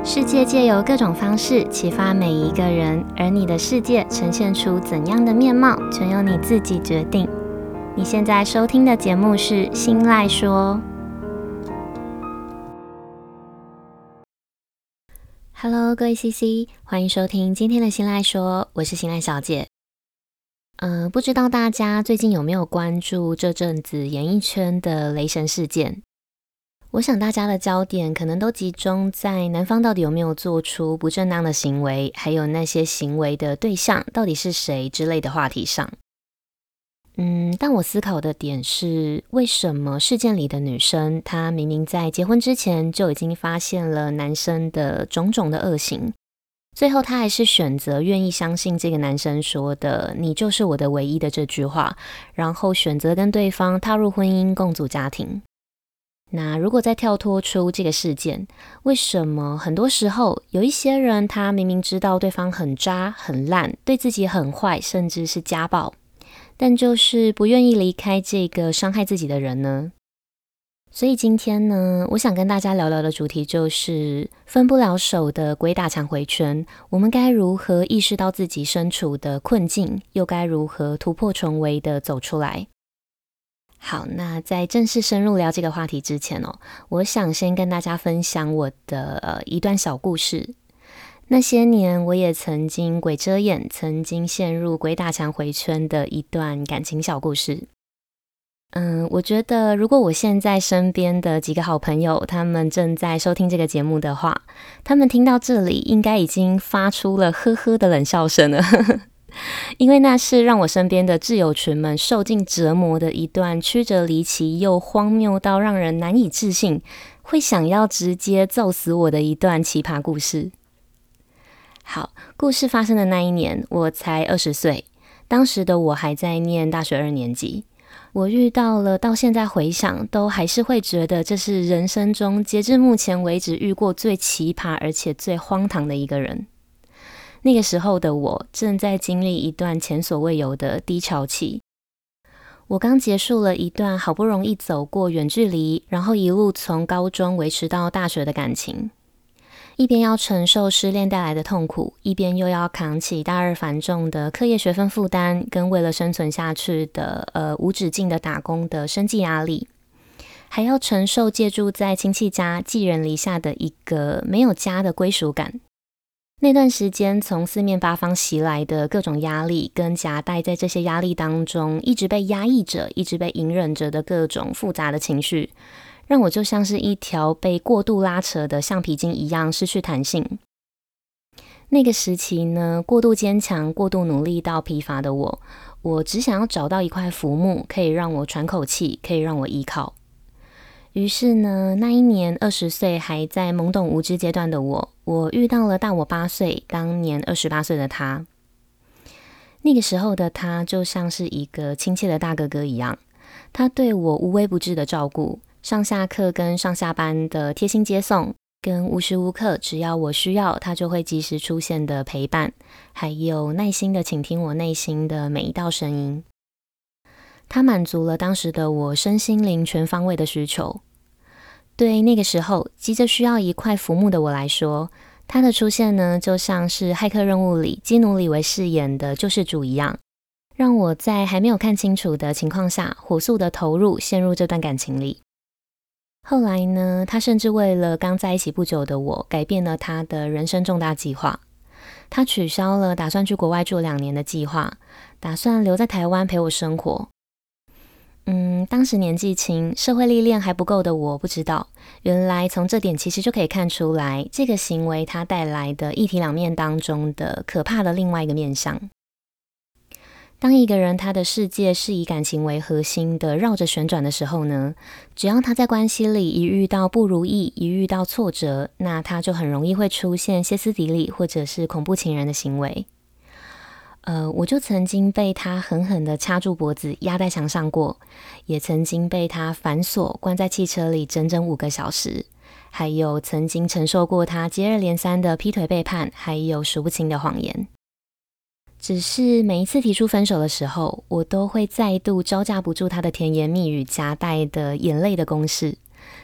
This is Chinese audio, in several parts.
世界借由各种方式启发每一个人，而你的世界呈现出怎样的面貌，全由你自己决定。你现在收听的节目是《心赖说》。Hello， 各位 CC， 欢迎收听今天的《心赖说》，我是心赖小姐。不知道大家最近有没有关注这阵子演艺圈的雷神事件？我想大家的焦点可能都集中在男方到底有没有做出不正当的行为，还有那些行为的对象到底是谁之类的话题上。但我思考的点是，为什么事件里的女生，她明明在结婚之前就已经发现了男生的种种的恶行，最后她还是选择愿意相信这个男生说的"你就是我的唯一"的这句话，然后选择跟对方踏入婚姻，共组家庭。那如果再跳脱出这个事件，为什么很多时候有一些人他明明知道对方很渣很烂，对自己很坏，甚至是家暴，但就是不愿意离开这个伤害自己的人呢？所以今天呢，我想跟大家聊聊的主题就是分不了手的鬼打墙回圈，我们该如何意识到自己身处的困境，又该如何突破重围的走出来。好，那在正式深入聊这个话题之前我想先跟大家分享我的一段小故事。那些年我也曾经鬼遮眼，曾经陷入鬼打墙回圈的一段感情小故事。我觉得如果我现在身边的几个好朋友他们正在收听这个节目的话，他们听到这里应该已经发出了呵呵的冷笑声了因为那是让我身边的挚友群们受尽折磨的一段曲折离奇又荒谬到让人难以置信，会想要直接揍死我的一段奇葩故事。好，故事发生的那一年我才20岁，当时的我还在念大学2年级。我遇到了到现在回想都还是会觉得这是人生中截至目前为止遇过最奇葩而且最荒唐的一个人。那个时候的我正在经历一段前所未有的低潮期。我刚结束了一段好不容易走过远距离，然后一路从高中维持到大学的感情。一边要承受失恋带来的痛苦，一边又要扛起大2繁重的课业学分负担，跟为了生存下去的无止境的打工的生计压力，还要承受借住在亲戚家寄人篱下的一个没有家的归属感。那段时间从四面八方袭来的各种压力，跟夹带在这些压力当中一直被压抑着，一直被隐忍着的各种复杂的情绪，让我就像是一条被过度拉扯的橡皮筋一样失去弹性。那个时期呢，过度坚强，过度努力到疲乏的我只想要找到一块浮木，可以让我喘口气，可以让我依靠。于是呢，那一年20岁还在懵懂无知阶段的我遇到了大我8岁，当年28岁的他。那个时候的他就像是一个亲切的大哥哥一样，他对我无微不至的照顾，上下课跟上下班的贴心接送，跟无时无刻只要我需要他就会及时出现的陪伴，还有耐心的倾听我内心的每一道声音。他满足了当时的我身心灵全方位的需求。对那个时候急着需要一块浮木的我来说，他的出现呢，就像是骇客任务里基努里维饰演的救世主一样，让我在还没有看清楚的情况下火速的投入陷入这段感情里。后来呢，他甚至为了刚在一起不久的我改变了他的人生重大计划。他取消了打算去国外住2年的计划，打算留在台湾陪我生活。当时年纪轻，社会历练还不够的我不知道，原来从这点其实就可以看出来，这个行为它带来的一体两面当中的可怕的另外一个面向。当一个人他的世界是以感情为核心的绕着旋转的时候呢，只要他在关系里一遇到不如意，一遇到挫折，那他就很容易会出现歇斯底里或者是恐怖情人的行为。我就曾经被他狠狠地掐住脖子压在墙上过，也曾经被他反锁关在汽车里整整5个小时，还有曾经承受过他接二连三的劈腿背叛，还有数不清的谎言。只是每一次提出分手的时候，我都会再度招架不住他的甜言蜜语夹带的眼泪的攻势，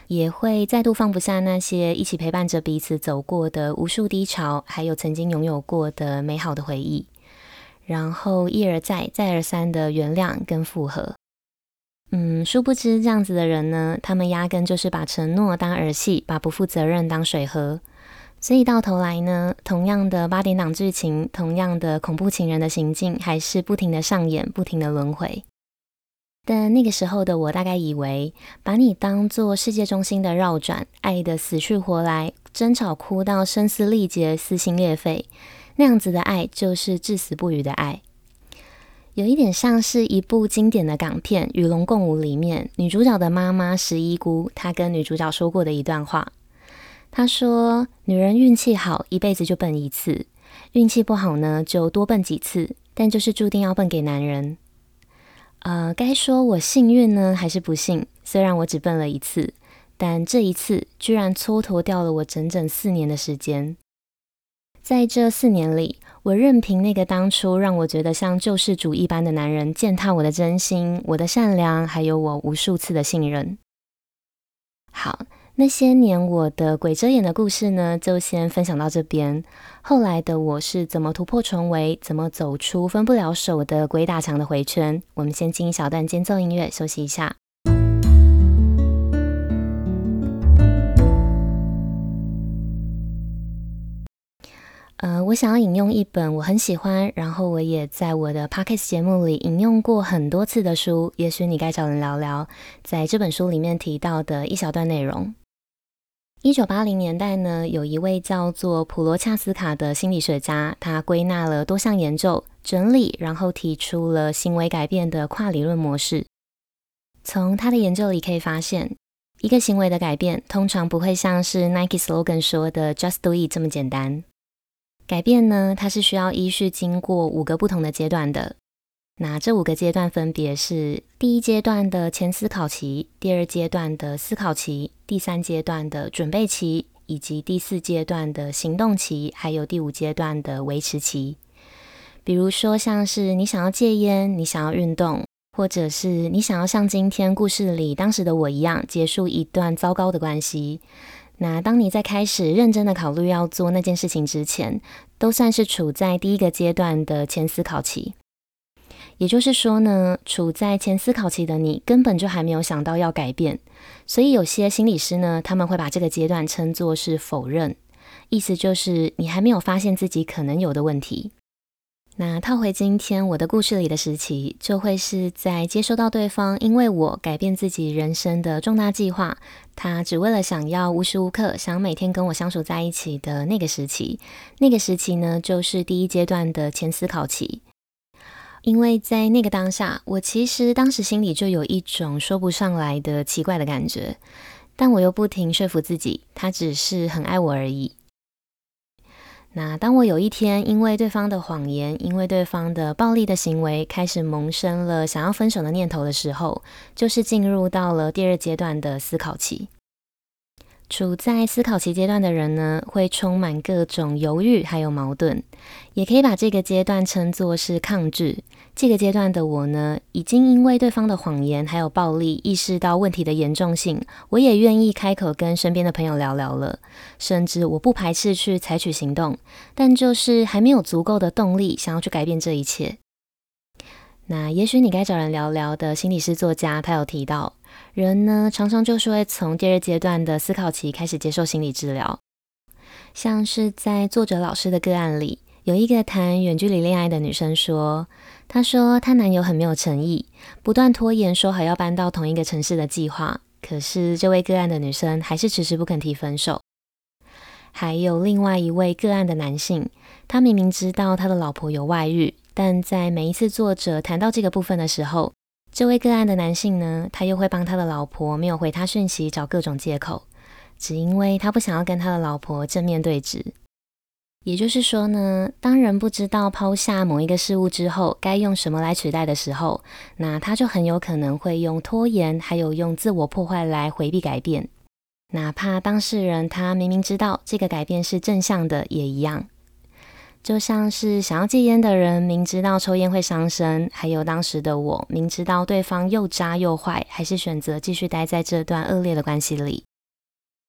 也会再度放不下那些一起陪伴着彼此走过的无数低潮，还有曾经拥有过的美好的回忆，然后一而再再而三的原谅跟复合。殊不知这样子的人呢，他们压根就是把承诺当儿戏，把不负责任当水喝。所以到头来呢，同样的8点档剧情，同样的恐怖情人的行径，还是不停的上演，不停的轮回。但那个时候的我大概以为，把你当作世界中心的绕转，爱得死去活来，争吵哭到声嘶力竭，撕心裂肺，那样子的爱就是至死不渝的爱。有一点像是一部经典的港片《与龙共舞》里面女主角的妈妈十一姑，她跟女主角说过的一段话。她说，女人运气好一辈子就笨一次，运气不好呢就多笨几次，但就是注定要笨给男人。该说我幸运呢还是不幸？虽然我只笨了一次，但这一次居然蹉跎掉了我整整4年的时间。在这4年里，我任凭那个当初让我觉得像救世主一般的男人践踏我的真心，我的善良，还有我无数次的信任。好，那些年我的鬼遮眼的故事呢，就先分享到这边。后来的我是怎么突破重围，怎么走出分不了手的鬼打墙的回圈，我们先进一小段间奏音乐休息一下。我想要引用一本我很喜欢，然后我也在我的 Podcast 节目里引用过很多次的书，也许你该找人聊聊，在这本书里面提到的一小段内容。1980年代呢，有一位叫做普罗恰斯卡的心理学家，他归纳了多项研究，整理，然后提出了行为改变的跨理论模式。从他的研究里可以发现，一个行为的改变通常不会像是 Nike slogan 说的 Just do it 这么简单。改变呢，它是需要依序经过5个不同的阶段的。那这5个阶段分别是第1阶段的前思考期，第2阶段的思考期，第3阶段的准备期，以及第4阶段的行动期，还有第5阶段的维持期。比如说像是你想要戒烟，你想要运动，或者是你想要像今天故事里当时的我一样，结束一段糟糕的关系。那当你在开始认真的考虑要做那件事情之前，都算是处在第1个阶段的前思考期。也就是说呢，处在前思考期的你根本就还没有想到要改变，所以有些心理师呢，他们会把这个阶段称作是否认，意思就是你还没有发现自己可能有的问题。那套回今天我的故事里的时期，就会是在接收到对方因为我改变自己人生的重大计划，他只为了想要无时无刻想每天跟我相处在一起的那个时期。那个时期呢，就是第1阶段的前思考期。因为在那个当下，我其实当时心里就有一种说不上来的奇怪的感觉，但我又不停说服自己，他只是很爱我而已。那当我有一天因为对方的谎言，因为对方的暴力的行为，开始萌生了想要分手的念头的时候，就是进入到了第2阶段的思考期。处在思考期阶段的人呢，会充满各种犹豫还有矛盾，也可以把这个阶段称作是抗拒。这个阶段的我呢，已经因为对方的谎言还有暴力意识到问题的严重性，我也愿意开口跟身边的朋友聊聊了，甚至我不排斥去采取行动，但就是还没有足够的动力想要去改变这一切。那也许你该找人聊聊的心理师作家，他有提到，人呢常常就是会从第2阶段的思考期开始接受心理治疗。像是在作者老师的个案里，有一个谈远距离恋爱的女生说，她说她男友很没有诚意，不断拖延说好要搬到同一个城市的计划，可是这位个案的女生还是迟迟不肯提分手。还有另外一位个案的男性，他明明知道他的老婆有外遇，但在每一次作者谈到这个部分的时候，这位个案的男性呢，他又会帮他的老婆没有回他讯息找各种借口，只因为他不想要跟他的老婆正面对质。也就是说呢，当人不知道抛下某一个事物之后该用什么来取代的时候，那他就很有可能会用拖延还有用自我破坏来回避改变，哪怕当事人他明明知道这个改变是正向的也一样。就像是想要戒烟的人明知道抽烟会伤身，还有当时的我明知道对方又渣又坏，还是选择继续待在这段恶劣的关系里。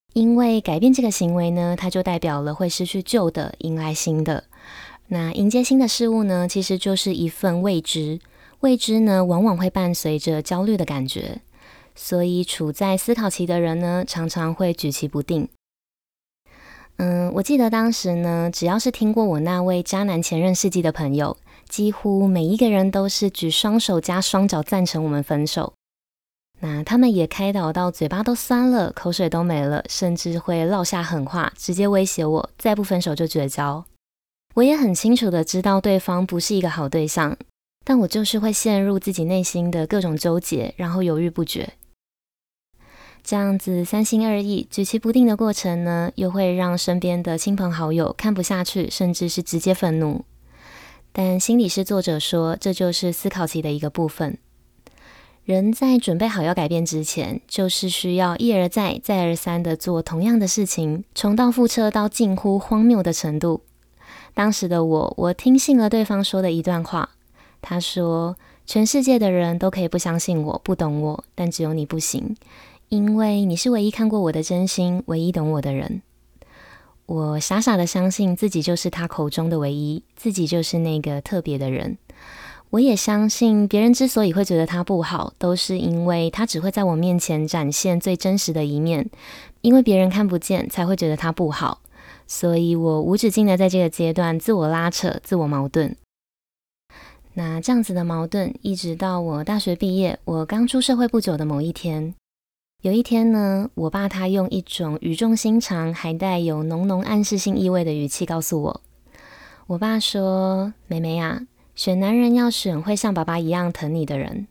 因为改变这个行为呢，它就代表了会失去旧的，迎来新的。那迎接新的事物呢，其实就是一份未知。未知呢，往往会伴随着焦虑的感觉，所以处在思考期的人呢，常常会举棋不定。我记得当时呢，只要是听过我那位渣男前任事迹的朋友，几乎每一个人都是举双手加双脚赞成我们分手。那他们也开导到嘴巴都酸了，口水都没了，甚至会落下狠话，直接威胁我，再不分手就绝交。我也很清楚的知道对方不是一个好对象，但我就是会陷入自己内心的各种纠结，然后犹豫不决。这样子三心二意、举棋不定的过程呢，又会让身边的亲朋好友看不下去，甚至是直接愤怒。但心理师作者说，这就是思考期的一个部分。人在准备好要改变之前，就是需要一而再、再而三的做同样的事情，重蹈覆辙到近乎荒谬的程度。当时的我听信了对方说的一段话，他说：全世界的人都可以不相信我、不懂我，但只有你不行，因为你是唯一看过我的真心、唯一懂我的人。我傻傻的相信自己就是他口中的唯一，自己就是那个特别的人。我也相信别人之所以会觉得他不好，都是因为他只会在我面前展现最真实的一面，因为别人看不见才会觉得他不好。所以我无止境的在这个阶段自我拉扯、自我矛盾。那这样子的矛盾一直到我大学毕业，我刚出社会不久的某一天。有一天呢，我爸他用一种语重心长还带有浓浓暗示性意味的语气告诉我。我爸说：妹妹啊，选男人要选会像爸爸一样疼你的人。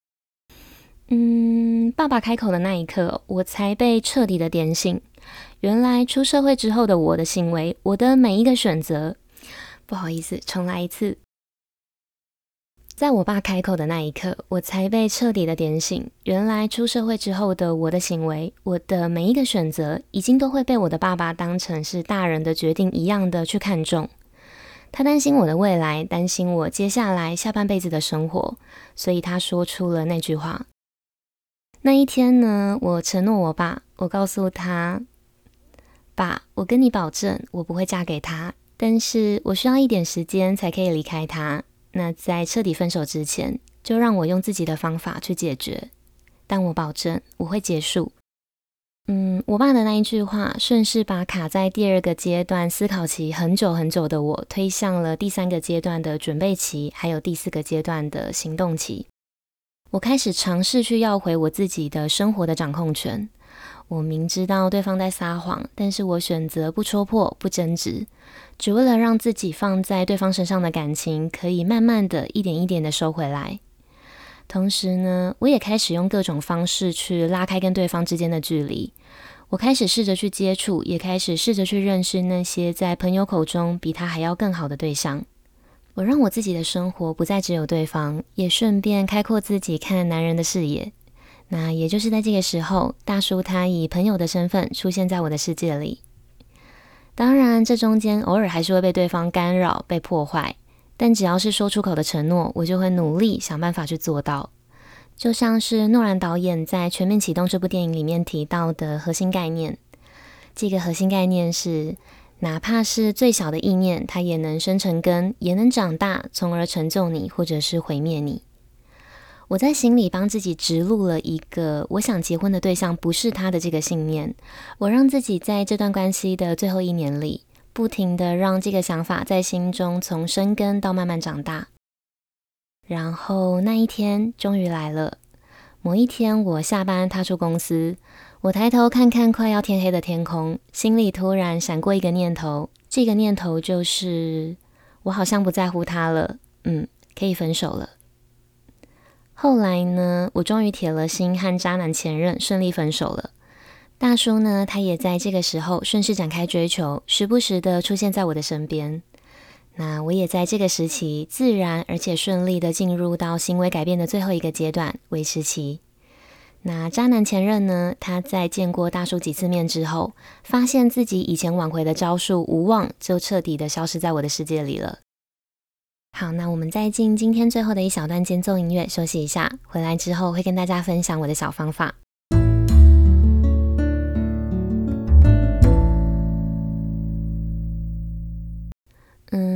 爸爸开口的那一刻，我才被彻底的点醒。原来出社会之后的我的行为，我的每一个选择，不好意思，重来一次。在我爸开口的那一刻，我才被彻底的点醒。原来出社会之后的我的行为，我的每一个选择，已经都会被我的爸爸当成是大人的决定一样的去看重。他担心我的未来，担心我接下来下半辈子的生活，所以他说出了那句话。那一天呢，我承诺我爸，我告诉他：爸，我跟你保证，我不会嫁给他，但是我需要一点时间才可以离开他。那在彻底分手之前，就让我用自己的方法去解决，但我保证我会结束。我爸的那一句话，顺势把卡在第二个阶段思考期很久很久的我，推向了第三个阶段的准备期，还有第四个阶段的行动期。我开始尝试去要回我自己的生活的掌控权。我明知道对方在撒谎，但是我选择不戳破、不争执，只为了让自己放在对方身上的感情可以慢慢的一点一点的收回来。同时呢，我也开始用各种方式去拉开跟对方之间的距离。我开始试着去接触，也开始试着去认识那些在朋友口中比他还要更好的对象。我让我自己的生活不再只有对方，也顺便开阔自己看男人的视野。那也就是在这个时候，大叔他以朋友的身份出现在我的世界里。当然，这中间偶尔还是会被对方干扰、被破坏，但只要是说出口的承诺，我就会努力想办法去做到。就像是诺兰导演在《全面启动》这部电影里面提到的核心概念。这个核心概念是，哪怕是最小的意念，它也能生成根，也能长大，从而成就你，或者是毁灭你。我在心里帮自己植入了一个我想结婚的对象不是他的这个信念。我让自己在这段关系的最后1年里，不停的让这个想法在心中从生根到慢慢长大。然后那一天终于来了。某一天我下班踏出公司，我抬头看看快要天黑的天空，心里突然闪过一个念头，这个念头就是我好像不在乎他了，可以分手了。后来呢，我终于铁了心和渣男前任顺利分手了。大叔呢，他也在这个时候顺势展开追求，时不时的出现在我的身边。那我也在这个时期自然而且顺利的进入到行为改变的最后一个阶段，维持期。那渣男前任呢，他在见过大叔几次面之后，发现自己以前挽回的招数无望，就彻底的消失在我的世界里了。好，那我们再进今天最后的一小段间奏音乐休息一下，回来之后会跟大家分享我的小方法。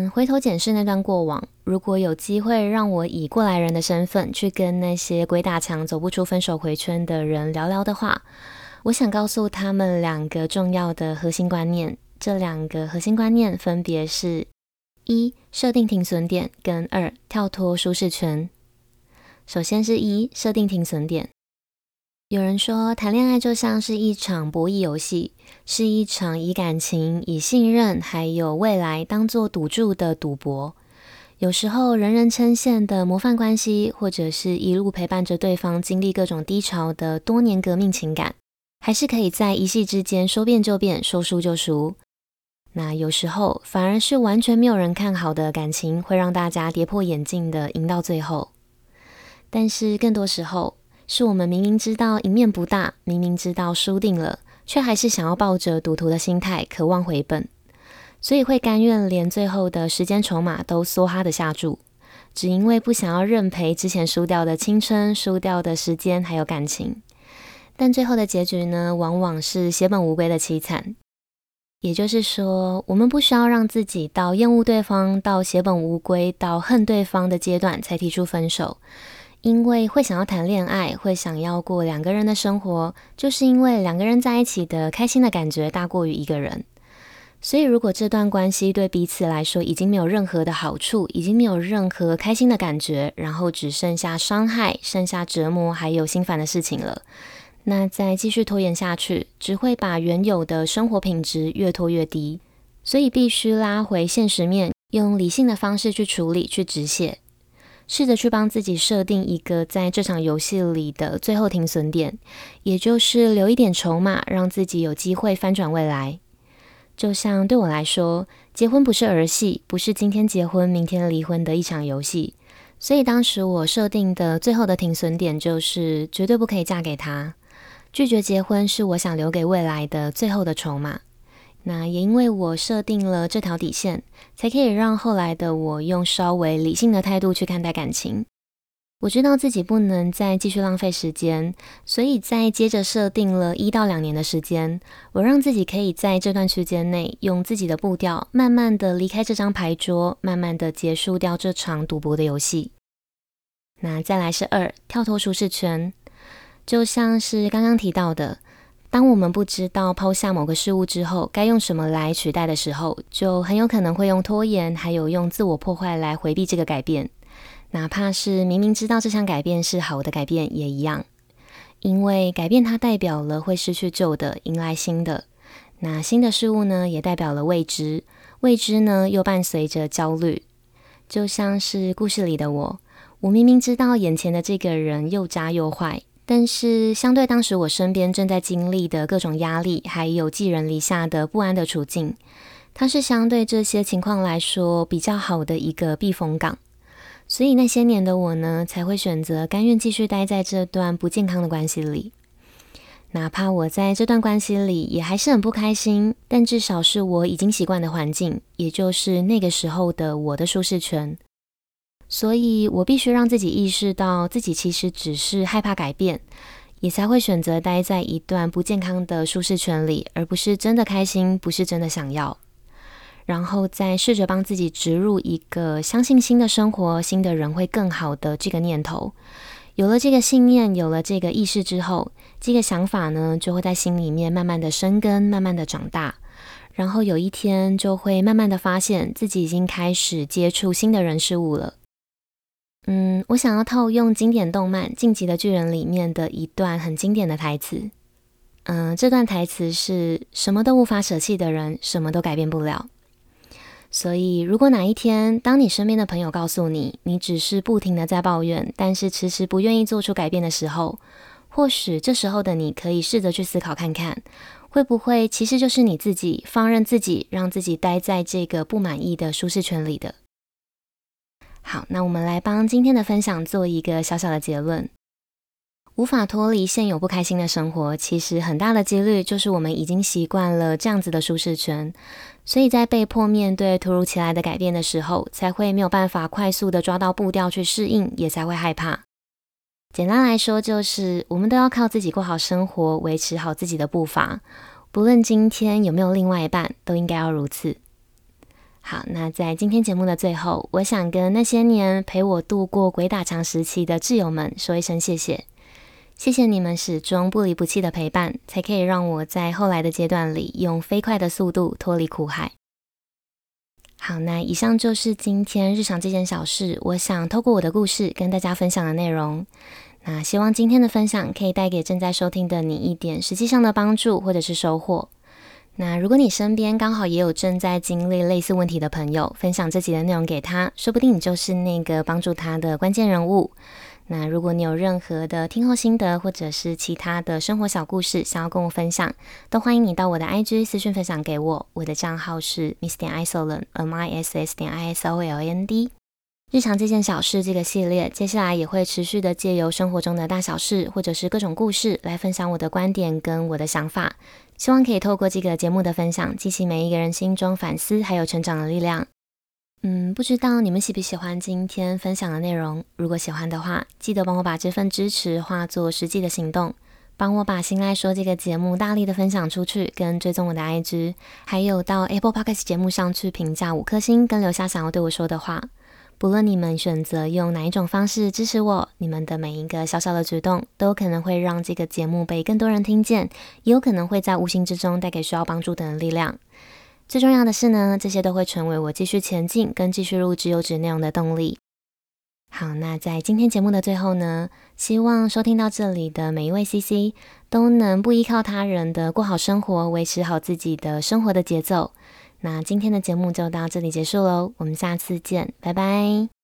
回头检视那段过往，如果有机会让我以过来人的身份去跟那些鬼打墙走不出分手回圈的人聊聊的话，我想告诉他们2个重要的核心观念。这2个核心观念分别是1. 设定停损点跟2. 跳脱舒适圈。首先是1. 设定停损点。有人说谈恋爱就像是一场博弈游戏，是一场以感情、以信任还有未来当作赌注的赌博。有时候人人称羡的模范关系，或者是一路陪伴着对方经历各种低潮的多年革命情感，还是可以在一夕之间说变就变，说输就输。那有时候反而是完全没有人看好的感情，会让大家跌破眼镜的赢到最后。但是更多时候是我们明明知道赢面不大，明明知道输定了，却还是想要抱着赌徒的心态渴望回本，所以会甘愿连最后的时间筹码都梭哈的下注，只因为不想要认赔之前输掉的青春、输掉的时间还有感情。但最后的结局呢，往往是血本无归的凄惨。也就是说，我们不需要让自己到厌恶对方、到血本无归、到恨对方的阶段才提出分手，因为会想要谈恋爱，会想要过2个人的生活，就是因为2个人在一起的开心的感觉大过于1个人。所以如果这段关系对彼此来说已经没有任何的好处，已经没有任何开心的感觉，然后只剩下伤害、剩下折磨还有心烦的事情了，那再继续拖延下去，只会把原有的生活品质越拖越低。所以必须拉回现实面，用理性的方式去处理、去止血，试着去帮自己设定一个在这场游戏里的最后停损点，也就是留一点筹码，让自己有机会翻转未来。就像对我来说，结婚不是儿戏，不是今天结婚明天离婚的一场游戏。所以当时我设定的最后的停损点就是绝对不可以嫁给他。拒绝结婚是我想留给未来的最后的筹码。那也因为我设定了这条底线，才可以让后来的我用稍微理性的态度去看待感情。我知道自己不能再继续浪费时间，所以再接着设定了1到2年的时间，我让自己可以在这段区间内用自己的步调，慢慢的离开这张牌桌，慢慢的结束掉这场赌博的游戏。那再来是2，跳脱舒适圈。就像是刚刚提到的，当我们不知道抛下某个事物之后该用什么来取代的时候，就很有可能会用拖延还有用自我破坏来回避这个改变。哪怕是明明知道这项改变是好的改变也一样，因为改变它代表了会失去旧的，迎来新的。那新的事物呢，也代表了未知，未知呢又伴随着焦虑。就像是故事里的我明明知道眼前的这个人又渣又坏，但是相对当时我身边正在经历的各种压力，还有寄人篱下的不安的处境，它是相对这些情况来说比较好的一个避风港。所以那些年的我呢，才会选择甘愿继续待在这段不健康的关系里。哪怕我在这段关系里也还是很不开心，但至少是我已经习惯的环境，也就是那个时候的我的舒适圈。所以我必须让自己意识到自己其实只是害怕改变，也才会选择待在一段不健康的舒适圈里，而不是真的开心，不是真的想要。然后再试着帮自己植入一个相信新的生活、新的人会更好的这个念头。有了这个信念，有了这个意识之后，这个想法呢，就会在心里面慢慢的生根，慢慢的长大。然后有一天就会慢慢的发现自己已经开始接触新的人事物了。我想要套用经典动漫《进击的巨人》里面的一段很经典的台词。这段台词是什么都无法舍弃的人，什么都改变不了。所以如果哪一天当你身边的朋友告诉你，你只是不停的在抱怨，但是迟迟不愿意做出改变的时候，或许这时候的你可以试着去思考看看，会不会其实就是你自己放任自己，让自己待在这个不满意的舒适圈里的。好，那我们来帮今天的分享做一个小小的结论。无法脱离现有不开心的生活，其实很大的几率就是我们已经习惯了这样子的舒适圈，所以在被迫面对突如其来的改变的时候，才会没有办法快速的抓到步调去适应，也才会害怕。简单来说，就是我们都要靠自己过好生活，维持好自己的步伐，不论今天有没有另外一半，都应该要如此。 好，那在今天节目的最后，我想跟那些年陪我度过鬼打墙时期的挚友们说一声谢谢。谢谢你们始终不离不弃的陪伴，才可以让我在后来的阶段里用飞快的速度脱离苦海。好，那以上就是今天日常这件小事，我想透过我的故事跟大家分享的内容。那希望今天的分享可以带给正在收听的你一点实际上的帮助或者是收获。那如果你身边刚好也有正在经历类似问题的朋友，分享这集的内容给他，说不定你就是那个帮助他的关键人物。那如果你有任何的听后心得，或者是其他的生活小故事想要跟我分享，都欢迎你到我的 IG 私讯分享给我。我的账号是 miss.isoland miss.isoland。日常这件小事这个系列，接下来也会持续的借由生活中的大小事，或者是各种故事来分享我的观点跟我的想法，希望可以透过这个节目的分享，激起每一个人心中反思还有成长的力量。不知道你们喜不喜欢今天分享的内容？如果喜欢的话，记得帮我把这份支持化作实际的行动，帮我把新来说这个节目大力的分享出去，跟追踪我的 IG， 还有到 Apple Podcast 节目上去评价5颗星，跟留下想要对我说的话。不论你们选择用哪一种方式支持我，你们的每一个小小的举动都可能会让这个节目被更多人听见，也有可能会在无形之中带给需要帮助的人力量。最重要的是呢，这些都会成为我继续前进跟继续录制优质内容的动力。好，那在今天节目的最后呢，希望收听到这里的每一位 CC 都能不依靠他人的过好生活，维持好自己的生活的节奏。那今天的节目就到这里结束咯，我们下次见，拜拜。